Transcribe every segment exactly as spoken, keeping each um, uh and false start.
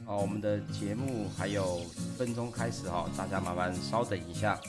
好，我们的节目还有十分钟开始哈，大家麻烦稍等一下。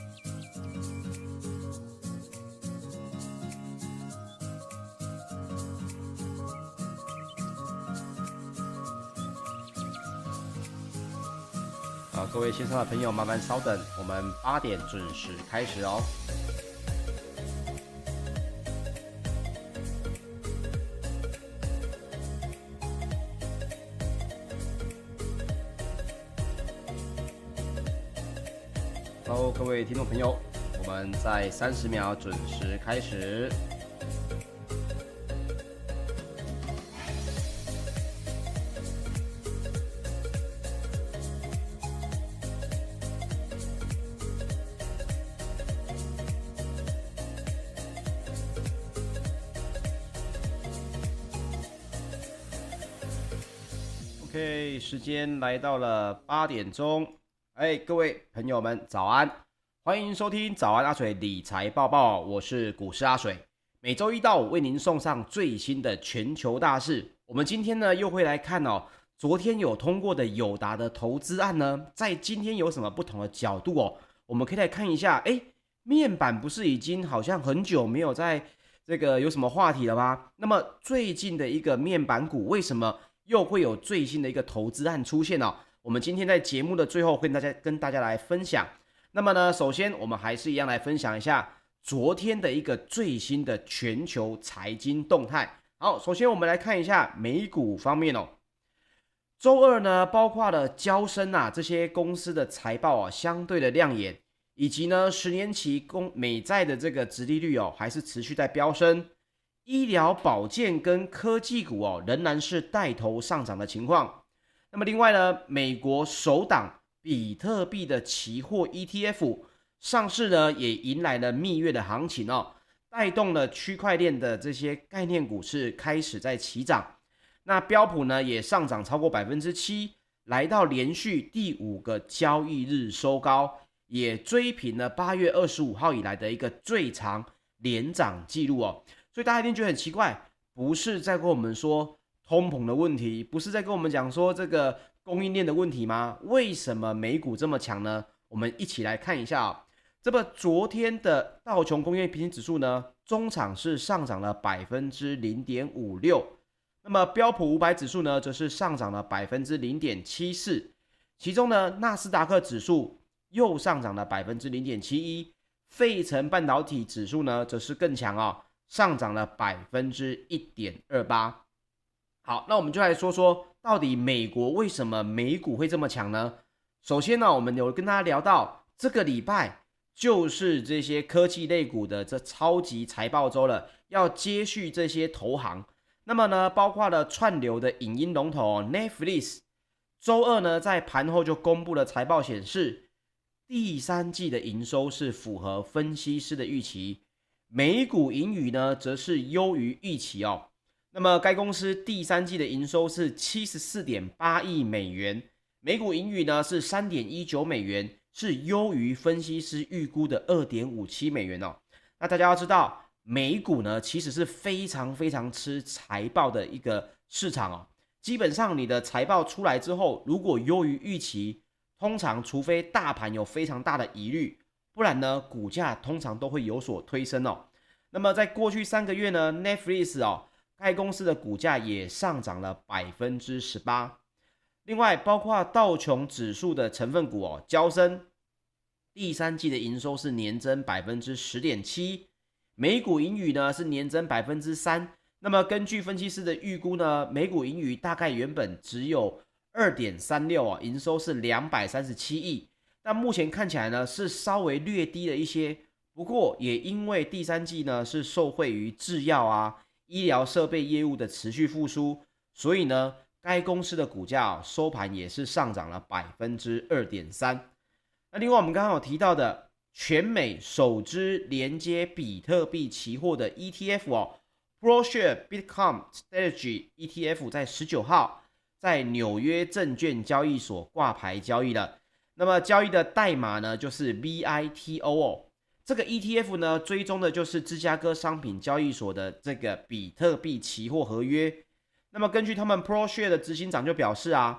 好，各位线上的朋友，麻烦稍等，我们八点准时开始哦。Hello， 各位听众朋友，我们在三十秒准时开始。OK， 时间来到了八点钟。哎，各位朋友们，早安！欢迎收听早安阿水理财报报，我是股市阿水。每周一到五为您送上最新的全球大事。我们今天呢又会来看哦，昨天有通过的友达的投资案呢，在今天有什么不同的角度哦？我们可以来看一下。哎，面板不是已经好像很久没有在这个有什么话题了吗？那么最近的一个面板股为什么又会有最新的一个投资案出现呢、哦？我们今天在节目的最后跟大家跟大家来分享。那么呢，首先我们还是一样来分享一下昨天的一个最新的全球财经动态。好，首先我们来看一下美股方面哦。周二呢，包括了交生啊这些公司的财报啊相对的亮眼，以及呢十年期公美债的这个殖利率哦还是持续在飙升。医疗保健跟科技股哦仍然是带头上涨的情况。那么另外呢，美国首档比特币的期货 E T F 上市呢，也迎来了蜜月的行情哦，带动了区块链的这些概念股是开始在起涨。那标普呢也上涨超过 百分之七， 来到连续第五个交易日收高，也追平了八月二十五号以来的一个最长连涨记录哦。所以大家一定觉得很奇怪，不是在跟我们说通膨的问题，不是在跟我们讲说这个供应链的问题吗？为什么美股这么强呢？我们一起来看一下、哦、这个昨天的道琼工业平均指数呢，中场是上涨了 百分之零点五六， 那么标普五百指数呢则是上涨了 百分之零点七四， 其中呢纳斯达克指数又上涨了 百分之零点七一， 费城半导体指数呢则是更强哦，上涨了 百分之一点二八。好，那我们就来说说到底美国为什么美股会这么强呢？首先呢，我们有跟大家聊到这个礼拜就是这些科技类股的这超级财报周了，要接续这些投行。那么呢，包括了串流的影音龙头 Netflix， 周二呢在盘后就公布了财报，显示第三季的营收是符合分析师的预期，每股盈余呢则是优于预期哦。那么该公司第三季的营收是 七十四点八亿美元，每股盈余呢是 三点一九美元，是优于分析师预估的 二点五七美元哦。那大家要知道，美股呢其实是非常非常吃财报的一个市场哦。基本上你的财报出来之后，如果优于预期，通常除非大盘有非常大的疑虑，不然呢股价通常都会有所推升哦。那么在过去三个月呢 Netflix 哦该公司的股价也上涨了 百分之十八。 另外包括道琼指数的成分股哦，交生第三季的营收是年增 百分之十点七， 每股盈余呢是年增 百分之三。 那么根据分析师的预估呢，每股盈余大概原本只有 二点三六、哦、营收是两百三十七亿，但目前看起来呢是稍微略低了一些。不过也因为第三季呢是受惠于制药啊医疗设备业务的持续复苏，所以呢该公司的股价收盘也是上涨了 百分之二点三。 那另外我们刚刚有提到的全美首支连接比特币期货的 E T F 哦 ProShare Bitcoin Strategy E T F 在十九号在纽约证券交易所挂牌交易了。那么交易的代码呢就是 V I T O 哦。这个 E T F 呢，追踪的就是芝加哥商品交易所的这个比特币期货合约。那么根据他们 ProShare 的执行长就表示啊，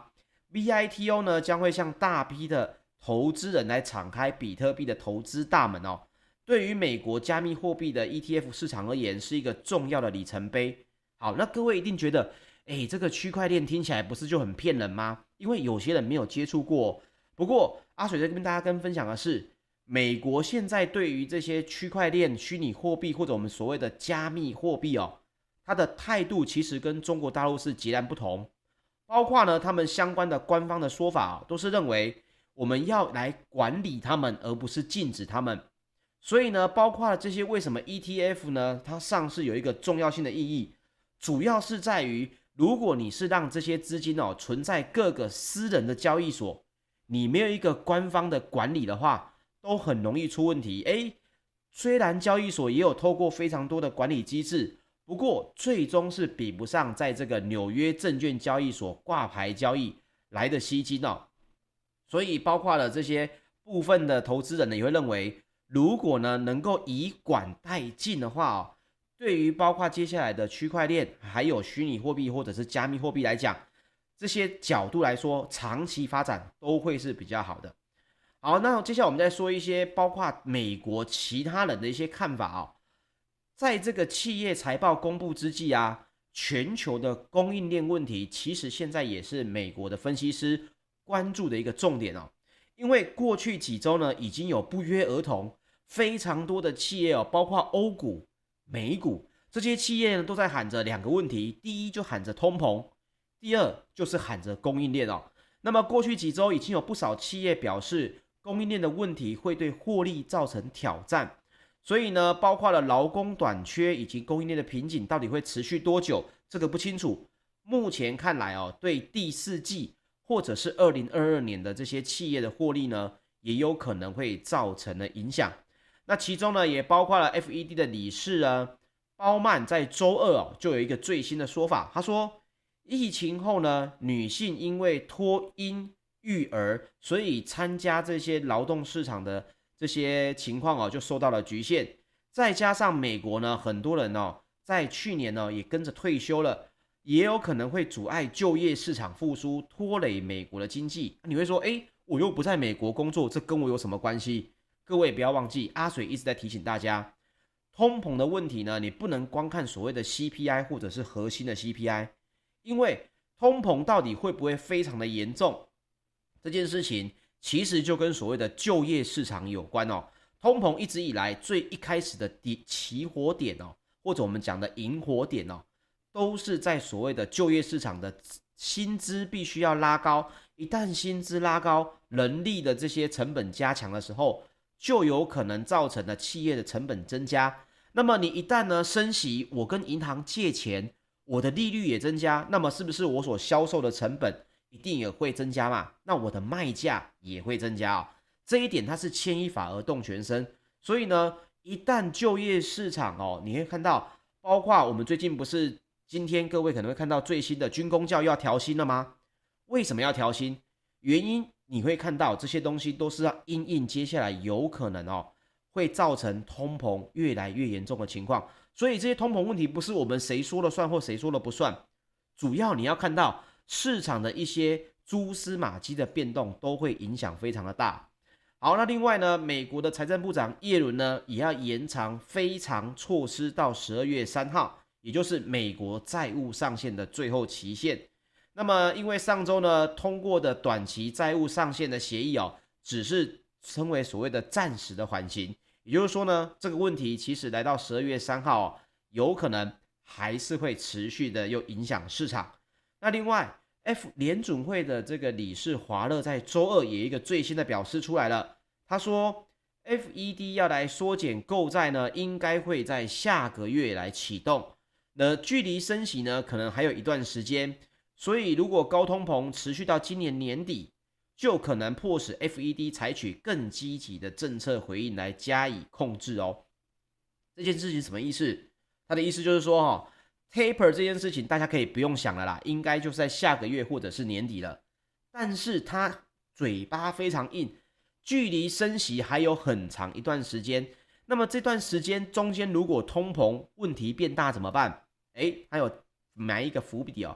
V I T O 呢将会向大批的投资人来敞开比特币的投资大门哦。对于美国加密货币的 E T F 市场而言，是一个重要的里程碑。好，那各位一定觉得，哎，这个区块链听起来不是就很骗人吗？因为有些人没有接触过。不过阿水在跟大家跟分享的是，美国现在对于这些区块链、虚拟货币或者我们所谓的加密货币哦，它的态度其实跟中国大陆是截然不同。包括呢，他们相关的官方的说法、哦、都是认为我们要来管理他们，而不是禁止他们。所以呢，包括了这些为什么 E T F 呢，它上市有一个重要性的意义，主要是在于，如果你是让这些资金哦存在各个私人的交易所，你没有一个官方的管理的话，都很容易出问题。诶，虽然交易所也有透过非常多的管理机制，不过最终是比不上在这个纽约证券交易所挂牌交易来的吸金哦。所以包括了这些部分的投资人呢，也会认为，如果呢能够以管带进的话哦，对于包括接下来的区块链，还有虚拟货币或者是加密货币来讲，这些角度来说，长期发展都会是比较好的。好，那接下来我们再说一些包括美国其他人的一些看法哦。在这个企业财报公布之际啊，全球的供应链问题，其实现在也是美国的分析师关注的一个重点哦。因为过去几周呢，已经有不约而同非常多的企业哦，包括欧股、美股这些企业呢，都在喊着两个问题：第一就喊着通膨，第二就是喊着供应链哦。那么过去几周已经有不少企业表示，供应链的问题会对获利造成挑战。所以呢，包括了劳工短缺以及供应链的瓶颈到底会持续多久，这个不清楚。目前看来哦，对第四季或者是二零二二年的这些企业的获利呢，也有可能会造成的影响。那其中呢，也包括了 F E D 的理事啊，鲍曼在周二哦就有一个最新的说法，他说，疫情后呢，女性因为托婴育儿，所以参加这些劳动市场的这些情况哦，就受到了局限。再加上美国呢，很多人哦，在去年呢也跟着退休了，也有可能会阻碍就业市场复苏，拖累美国的经济。你会说，哎，我又不在美国工作，这跟我有什么关系？各位不要忘记，阿水一直在提醒大家，通膨的问题呢，你不能光看所谓的 C P I 或者是核心的 C P I， 因为通膨到底会不会非常的严重，这件事情其实就跟所谓的就业市场有关哦。通膨一直以来最一开始的起火点哦，或者我们讲的引火点哦，都是在所谓的就业市场的薪资必须要拉高，一旦薪资拉高，人力的这些成本加强的时候，就有可能造成了企业的成本增加。那么你一旦呢升息，我跟银行借钱，我的利率也增加，那么是不是我所销售的成本一定也会增加嘛？那我的卖价也会增加哦。这一点它是牵一发而动全身。所以呢，一旦就业市场哦，你会看到，包括我们最近不是今天各位可能会看到最新的军公教要调薪了吗？为什么要调薪？原因你会看到这些东西都是要因应接下来有可能哦会造成通膨越来越严重的情况。所以这些通膨问题不是我们谁说了算或谁说了不算，主要你要看到市场的一些蛛丝马迹的变动都会影响非常的大。好，那另外呢，美国的财政部长耶伦呢也要延长非常措施到十二月三号，也就是美国债务上限的最后期限。那么因为上周呢通过的短期债务上限的协议哦，只是称为所谓的暂时的缓刑，也就是说呢，这个问题其实来到十二月三号哦，有可能还是会持续的又影响市场。那另外 F 联准会的这个理事华勒在周二也有一个最新的表示出来了，他说 F E D 要来缩减购债呢，应该会在下个月来启动，那距离升息呢可能还有一段时间，所以如果高通膨持续到今年年底，就可能迫使 F E D 采取更积极的政策回应来加以控制哦。这件事情什么意思？他的意思就是说、哦、taper 这件事情大家可以不用想了啦，应该就是在下个月或者是年底了。但是他嘴巴非常硬，距离升息还有很长一段时间。那么这段时间中间如果通膨问题变大怎么办？诶，他有埋一个伏笔哦。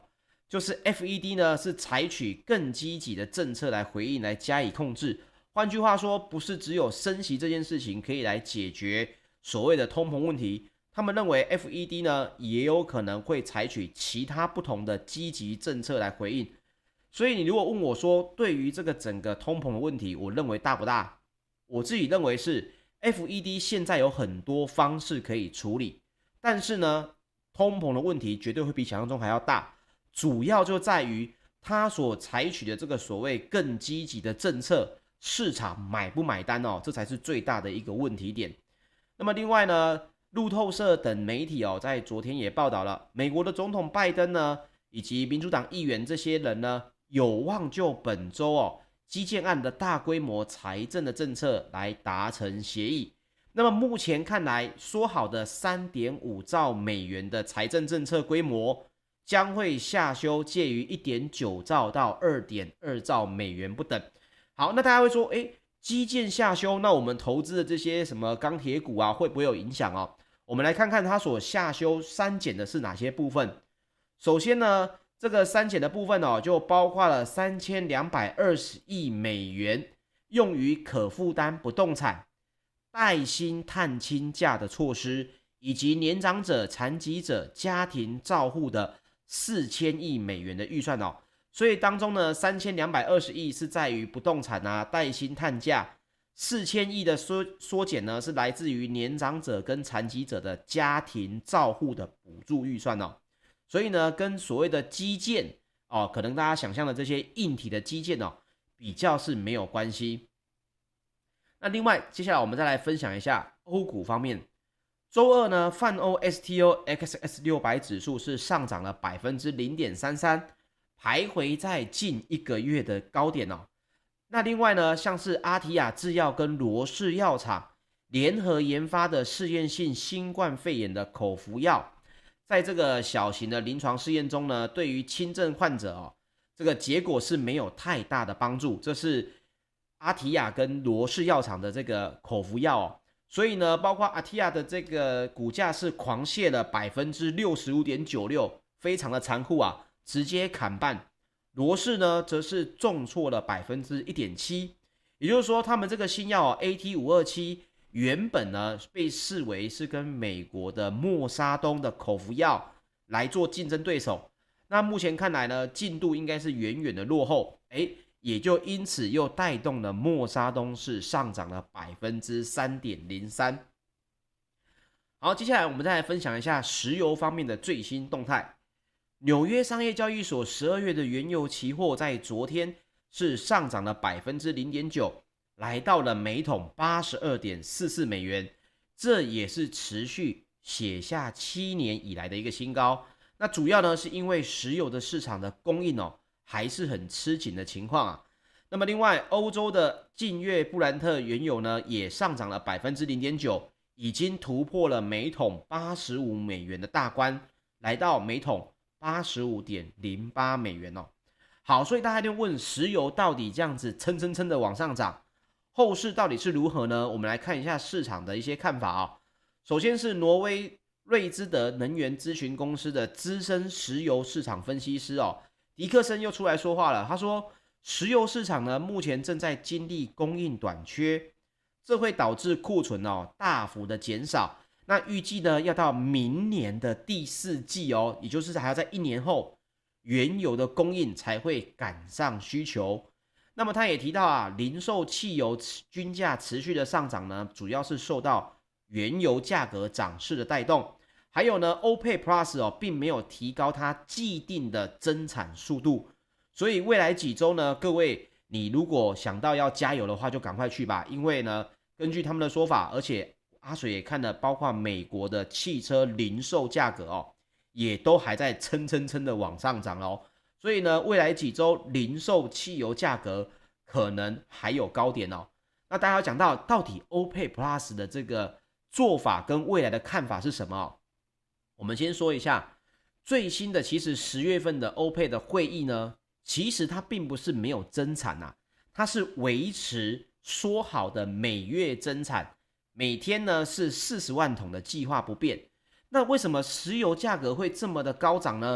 就是 F E D 呢是采取更积极的政策来回应，来加以控制。换句话说，不是只有升息这件事情可以来解决所谓的通膨问题。他们认为 F E D 呢也有可能会采取其他不同的积极政策来回应。所以你如果问我说，对于这个整个通膨的问题，我认为大不大？我自己认为是 F E D 现在有很多方式可以处理，但是呢，通膨的问题绝对会比想象中还要大，主要就在于它所采取的这个所谓更积极的政策，市场买不买单哦，这才是最大的一个问题点。那么另外呢，路透社等媒体哦，在昨天也报道了，美国的总统拜登呢，以及民主党议员这些人呢，有望就本周哦基建案的大规模财政的政策来达成协议。那么目前看来，说好的 三点五兆美元的财政政策规模将会下修，介于 一点九兆到 二点二兆美元不等。好，那大家会说，诶，基建下修，那我们投资的这些什么钢铁股啊，会不会有影响哦？我们来看看它所下修删减的是哪些部分。首先呢，这个删减的部分哦，就包括了三千两百二十亿美元用于可负担不动产、带薪探亲假的措施，以及年长者、残疾者家庭照护的四千亿美元的预算哦。所以当中呢，三千两百二十亿是在于不动产啊、带薪探假，四千亿的缩缩减呢是来自于年长者跟残疾者的家庭照护的补助预算哦。所以呢，跟所谓的基建哦，可能大家想象的这些硬体的基建哦，比较是没有关系。那另外，接下来我们再来分享一下欧股方面。周二呢，泛欧 S T O X S 六百 指数是上涨了 百分之零点三三， 徘徊在近一个月的高点哦。那另外呢，像是阿提亚制药跟罗氏药厂联合研发的试验性新冠肺炎的口服药，在这个小型的临床试验中呢，对于轻症患者哦，这个结果是没有太大的帮助。这是阿提亚跟罗氏药厂的这个口服药哦，所以呢，包括阿提亚的这个股价是狂泻了 百分之六十五点九六， 非常的残酷啊，直接砍半。罗氏呢，则是重挫了 百分之一点七， 也就是说，他们这个新药、哦、A T 五二七原本呢被视为是跟美国的默沙东的口服药来做竞争对手，那目前看来呢，进度应该是远远的落后，诶，也就因此又带动了默沙东是上涨了 百分之三点零三。 好，接下来我们再来分享一下石油方面的最新动态。纽约商业交易所十二月的原油期货在昨天是上涨了 百分之零点九， 来到了每桶 八十二点四四美元，这也是持续写下七年以来的一个新高。那主要呢是因为石油的市场的供应哦还是很吃紧的情况啊。那么另外，欧洲的近月布兰特原油呢也上涨了 百分之零点九， 已经突破了每桶八十五美元的大关，来到每桶 八十五点零八美元哦。好，所以大家就问，石油到底这样子蹭蹭蹭的往上涨，后市到底是如何呢？我们来看一下市场的一些看法啊、哦。首先是挪威瑞兹德能源咨询公司的资深石油市场分析师哦，迪克森又出来说话了。他说，石油市场呢目前正在经历供应短缺，这会导致库存哦大幅的减少。那预计呢要到明年的第四季哦，也就是还要在一年后，原油的供应才会赶上需求。那么他也提到啊，零售汽油均价持续的上涨呢，主要是受到原油价格涨势的带动。还有呢 ，OPEC Plus 哦，并没有提高它既定的增产速度，所以未来几周呢，各位你如果想到要加油的话，就赶快去吧，因为呢，根据他们的说法，而且阿水也看了，包括美国的汽车零售价格哦，也都还在蹭蹭蹭的往上涨哦。所以呢，未来几周零售汽油价格可能还有高点哦。那大家要讲到，到底 OPEC Plus 的这个做法跟未来的看法是什么哦？我们先说一下最新的，其实十月份的 OPEC 的会议呢，其实它并不是没有增产啊，它是维持说好的每月增产，每天呢是四十万桶的计划不变。那为什么石油价格会这么的高涨呢？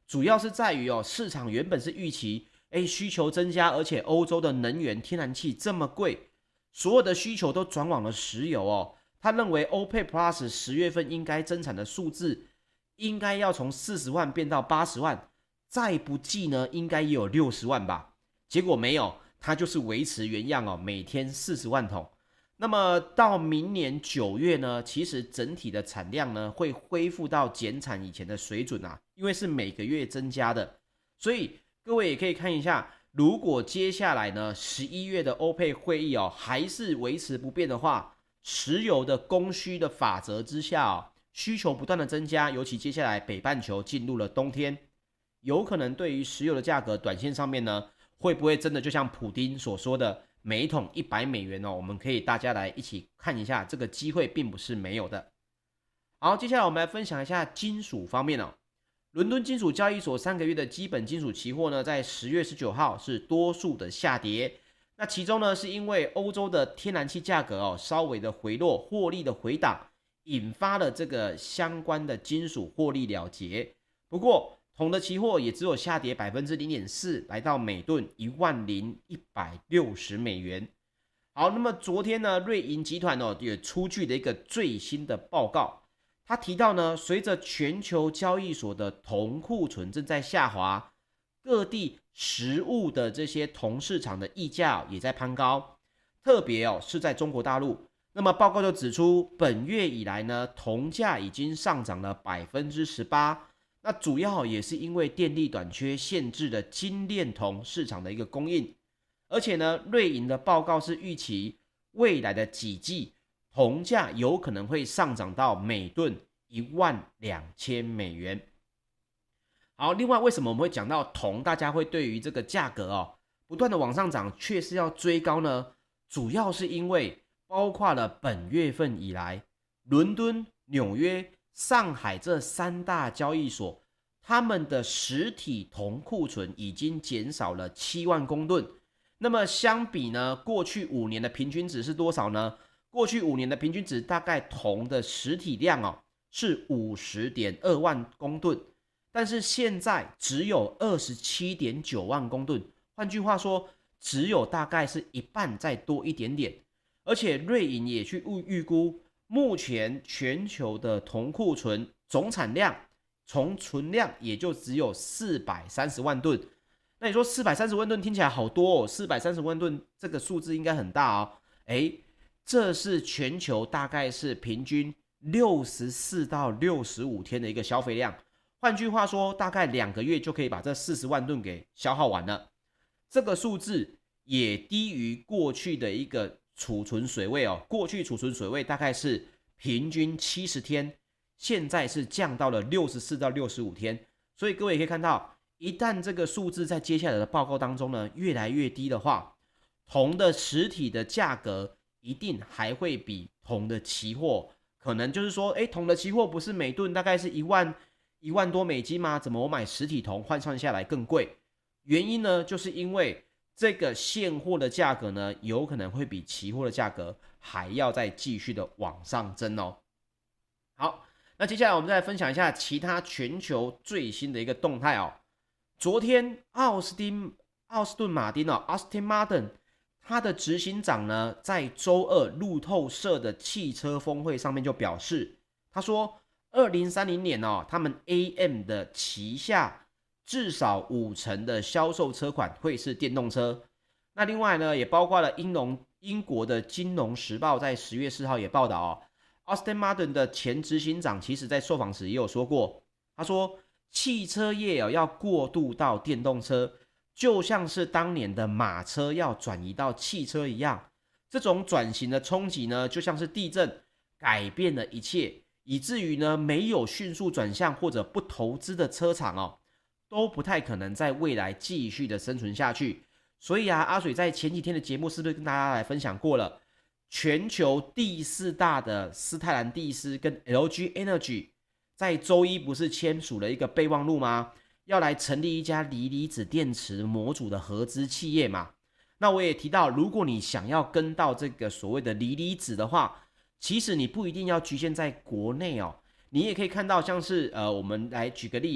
主要是在于哦，市场原本是预期，哎，需求增加，而且欧洲的能源天然气这么贵，所有的需求都转往了石油哦。他认为 OPEC Plus 十月份应该增产的数字应该要从四十万变到八十万，再不济呢，应该也有六十万吧。结果没有，它就是维持原样哦，每天四十万桶。那么到明年九月呢，其实整体的产量呢会恢复到减产以前的水准啊，因为是每个月增加的，所以各位也可以看一下，如果接下来呢十一月的欧佩会议哦还是维持不变的话，石油的供需的法则之下哦，需求不断的增加，尤其接下来北半球进入了冬天，有可能对于石油的价格短线上面呢，会不会真的就像普丁所说的？每一桶一百美元哦，我们可以大家来一起看一下，这个机会并不是没有的。好，接下来我们来分享一下金属方面哦。伦敦金属交易所三个月的基本金属期货呢，在十月十九号是多数的下跌。那其中呢，是因为欧洲的天然气价格哦稍微的回落，获利的回档，引发了这个相关的金属获利了结。不过，铜的期货也只有下跌 百分之零点四， 来到每吨一万零一百六十美元。好，那么昨天呢，瑞银集团哦也出具了一个最新的报告，他提到呢，随着全球交易所的铜库存正在下滑，各地实物的这些铜市场的溢价也在攀高，特别哦是在中国大陆。那么报告就指出，本月以来呢，铜价已经上涨了 百分之十八。那主要也是因为电力短缺限制了精炼铜市场的一个供应，而且呢，瑞银的报告是预期未来的几季铜价有可能会上涨到每吨一万两千美元。好，另外为什么我们会讲到铜，大家会对于这个价格哦不断的往上涨，却是要追高呢？主要是因为包括了本月份以来，伦敦、纽约、上海这三大交易所，他们的实体铜库存已经减少了七万公吨。那么相比呢，过去五年的平均值是多少呢？过去五年的平均值大概铜的实体量哦是 五十点二万公吨，但是现在只有 二十七点九万公吨。换句话说，只有大概是一半再多一点点。而且瑞银也去预估，目前全球的铜库存总产量，从存量也就只有四百三十万吨。那你说四百三十万吨听起来好多哦，四百三十万吨这个数字应该很大哦。诶，这是全球大概是平均六十四到六十五天的一个消费量。换句话说，大概两个月就可以把这四十万吨给消耗完了。这个数字也低于过去的一个储存水位哦，过去储存水位大概是平均七十天，现在是降到了六十四到六十五天。所以各位也可以看到，一旦这个数字在接下来的报告当中呢越来越低的话，铜的实体的价格一定还会比铜的期货，可能就是说，哎，铜的期货不是每吨大概是一万一万多美金吗？怎么我买实体铜换算下来更贵？原因呢，就是因为这个现货的价格呢，有可能会比期货的价格还要再继续的往上增哦。好，那接下来我们再来分享一下其他全球最新的一个动态哦。昨天奥斯汀奥斯顿马丁哦 ，Austin Martin， 他的执行长呢，在周二路透社的汽车峰会上面就表示，他说，二零三零年哦，他们 A M 的旗下至少五成的销售车款会是电动车。那另外呢，也包括了英龙英国的金融时报在十月四号也报道哦 ，Austin Martin 的前执行长其实在受访时也有说过，他说汽车业哦要过渡到电动车，就像是当年的马车要转移到汽车一样，这种转型的冲击呢，就像是地震改变了一切，以至于呢没有迅速转向或者不投资的车厂哦。都不太可能在未来继续的生存下去。所以啊，阿水在前几天的节目是不是跟大家来分享过了？全球第四大的斯泰兰蒂斯跟 L G Energy 在周一不是签署了一个备忘录吗？要来成立一家锂离子电池模组的合资企业嘛。那我也提到，如果你想要跟到这个所谓的锂离子的话，其实你不一定要局限在国内哦，你也可以看到像是呃，我们来举个例哦。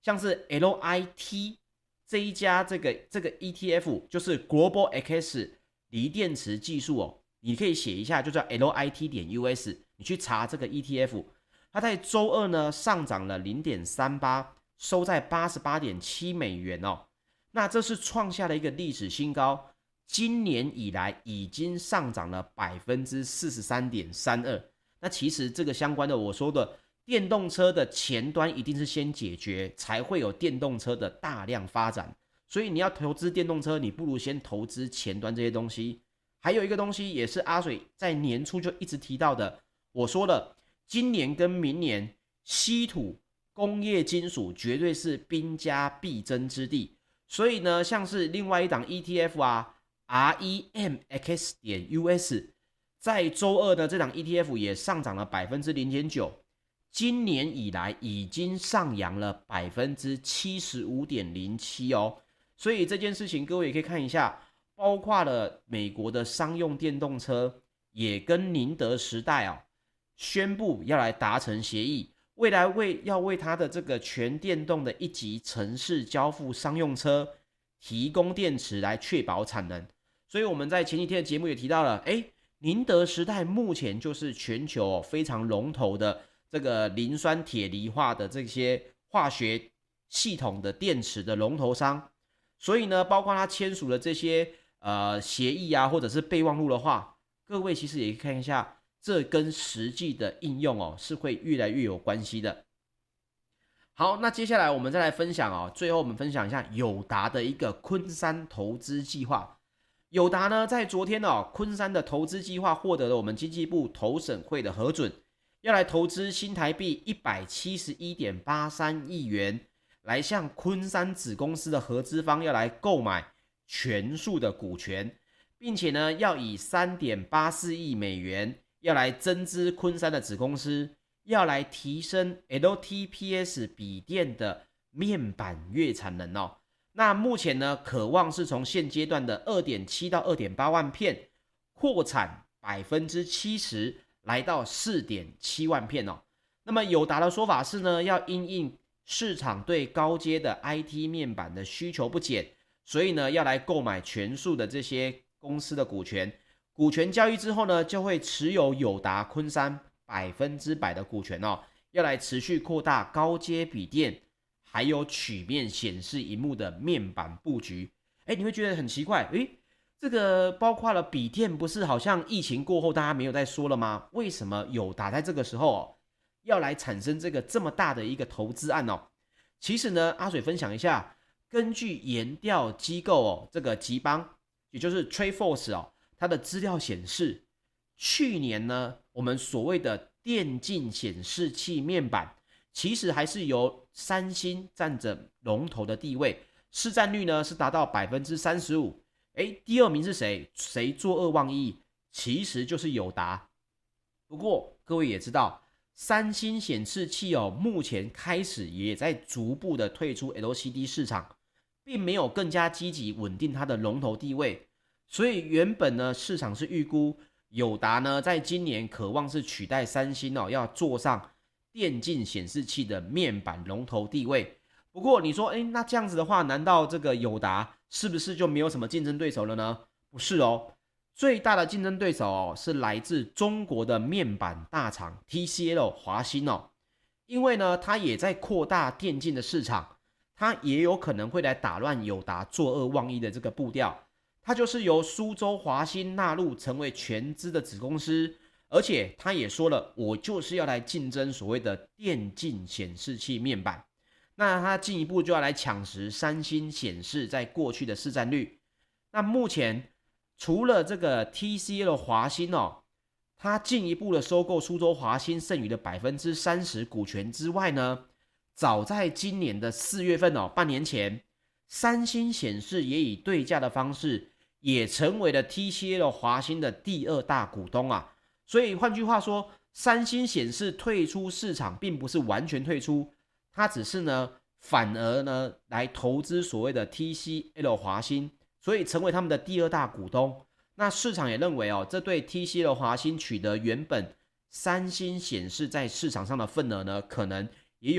像是 L I T 这一家这个这个 E T F 就是 Global X 锂电池技术哦，你可以写一下，就叫 L I T 点 U S， 你去查这个 E T F， 它在周二呢上涨了 零点三八， 收在 八十八点七美元哦，那这是创下了一个历史新高，今年以来已经上涨了 百分之四十三点三二。 那其实这个相关的我说的电动车的前端一定是先解决，才会有电动车的大量发展，所以你要投资电动车，你不如先投资前端这些东西。还有一个东西也是阿水在年初就一直提到的，我说了，今年跟明年稀土工业金属绝对是兵家必争之地，所以呢，像是另外一档 E T F 啊 R E M X 点 U S， 在周二呢，这档 E T F 也上涨了 百分之零点九， 今年以来已经上扬了 百分之七十五点零七 哦，所以这件事情各位也可以看一下，包括了美国的商用电动车也跟宁德时代哦宣布要来达成协议，未来为要为它的这个全电动的一级城市交付商用车提供电池来确保产能。所以我们在前几天的节目也提到了，哎，宁德时代目前就是全球、哦、非常龙头的这个磷酸铁锂化的这些化学系统的电池的龙头商，所以呢，包括他签署了这些呃协议啊，或者是备忘录的话，各位其实也可以看一下，这跟实际的应用哦是会越来越有关系的。好，那接下来我们再来分享哦，最后我们分享一下友达的一个昆山投资计划。友达呢，在昨天哦，昆山的投资计划获得了我们经济部投审会的核准，要来投资新台币 一百七十一点八三亿元，来向昆山子公司的合资方要来购买全数的股权，并且呢，要以 三点八四亿美元要来增资昆山的子公司，要来提升 L T P S 笔电的面板月产能哦。那目前呢，可望是从现阶段的 二点七 到 二点八 万片扩产 百分之七十， 来到 四点七 万片哦。那么友达的说法是呢，要因应市场对高阶的 I T 面板的需求不减，所以呢，要来购买全数的这些公司的股权。股权交易之后呢，就会持有友达昆山百分之百的股权哦，要来持续扩大高阶笔电还有曲面显示萤幕的面板布局。哎，你会觉得很奇怪，哎，这个包括了笔电，不是好像疫情过后大家没有在说了吗？为什么友达在这个时候、哦、要来产生这个这么大的一个投资案哦？其实呢，阿水分享一下，根据研调机构哦，这个集邦，也就是 TradeForce 哦，它的资料显示，去年呢，我们所谓的电竞显示器面板，其实还是由三星占着龙头的地位，市占率呢是达到 百分之三十五。哎，第二名是谁？谁作恶忘一？其实就是友达。不过各位也知道，三星显示器哦，目前开始也在逐步的退出 L C D 市场，并没有更加积极稳定它的龙头地位。所以原本呢，市场是预估友达呢，在今年渴望是取代三星哦，要坐上电竞显示器的面板龙头地位。不过你说，哎，那这样子的话，难道这个友达是不是就没有什么竞争对手了呢？不是哦，最大的竞争对手哦，是来自中国的面板大厂 T C L 华星哦，因为呢，它也在扩大电竞的市场，它也有可能会来打乱友达作恶忘一的这个步调。它就是由苏州华星纳入成为全资的子公司，而且他也说了，我就是要来竞争所谓的电竞显示器面板。那他进一步就要来抢食三星显示在过去的市占率。那目前除了这个 T C L 华星哦，他进一步的收购苏州华星剩余的 百分之三十 股权之外呢，早在今年的四月份哦，半年前，三星显示也以对价的方式也成为了 T C L 华星的第二大股东啊。所以换句话说，三星显示退出市场并不是完全退出，它只是呢反而呢来投资所谓的 T C L 华星，所以成为他们的第二大股东。那市场也认为哦，这对 T C L 华星取得原本三星显示在市场上的份额呢，可能也有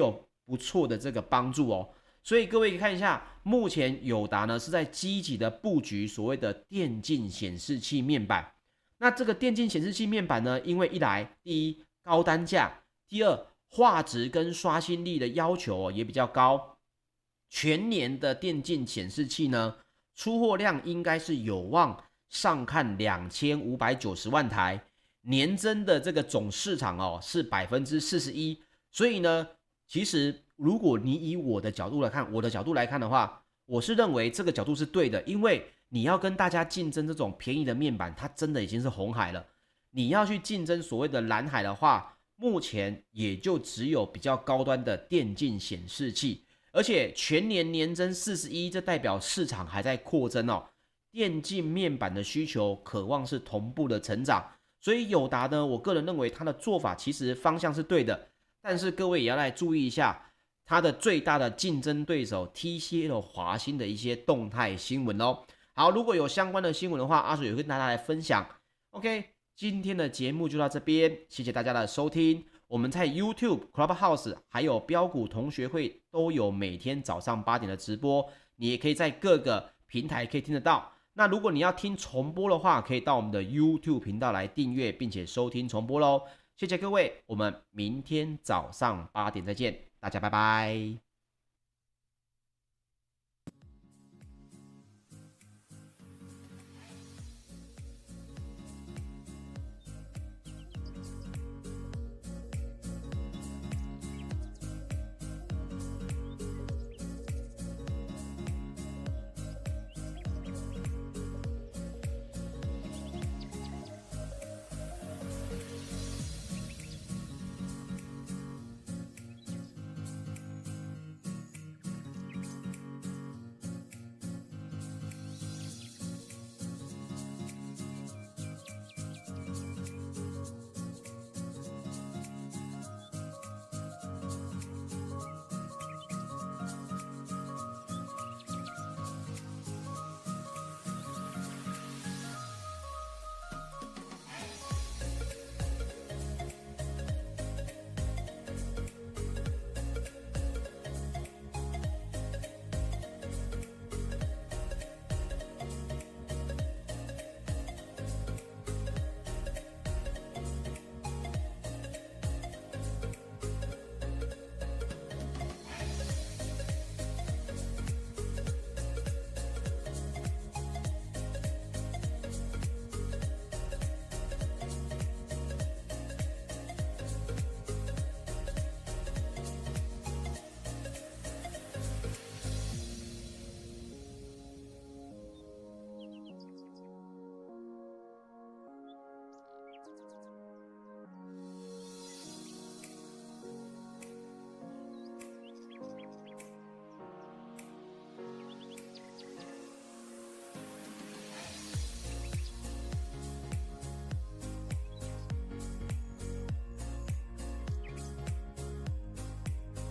不错的这个帮助哦。所以各位可以看一下，目前友达呢是在积极的布局所谓的电竞显示器面板。那这个电竞显示器面板呢，因为一来第一高单价，第二画质跟刷新力的要求哦也比较高，全年的电竞显示器呢出货量应该是有望上看两千五百九十万台，年增的这个总市场哦是 百分之四十一。 所以呢，其实如果你以我的角度来看，我的角度来看的话，我是认为这个角度是对的，因为你要跟大家竞争这种便宜的面板，它真的已经是红海了。你要去竞争所谓的蓝海的话，目前也就只有比较高端的电竞显示器，而且全年年增四十一，这代表市场还在扩增哦。电竞面板的需求渴望是同步的成长，所以友达呢，我个人认为它的做法其实方向是对的，但是各位也要来注意一下它的最大的竞争对手 T C L 华星的一些动态新闻哦。好，如果有相关的新闻的话，阿水也会跟大家来分享。OK， 今天的节目就到这边，谢谢大家的收听。我们在 YouTube、Clubhouse 还有标股同学会都有每天早上八点的直播，你也可以在各个平台可以听得到。那如果你要听重播的话，可以到我们的 YouTube 频道来订阅并且收听重播咯。谢谢各位，我们明天早上八点再见，大家拜拜。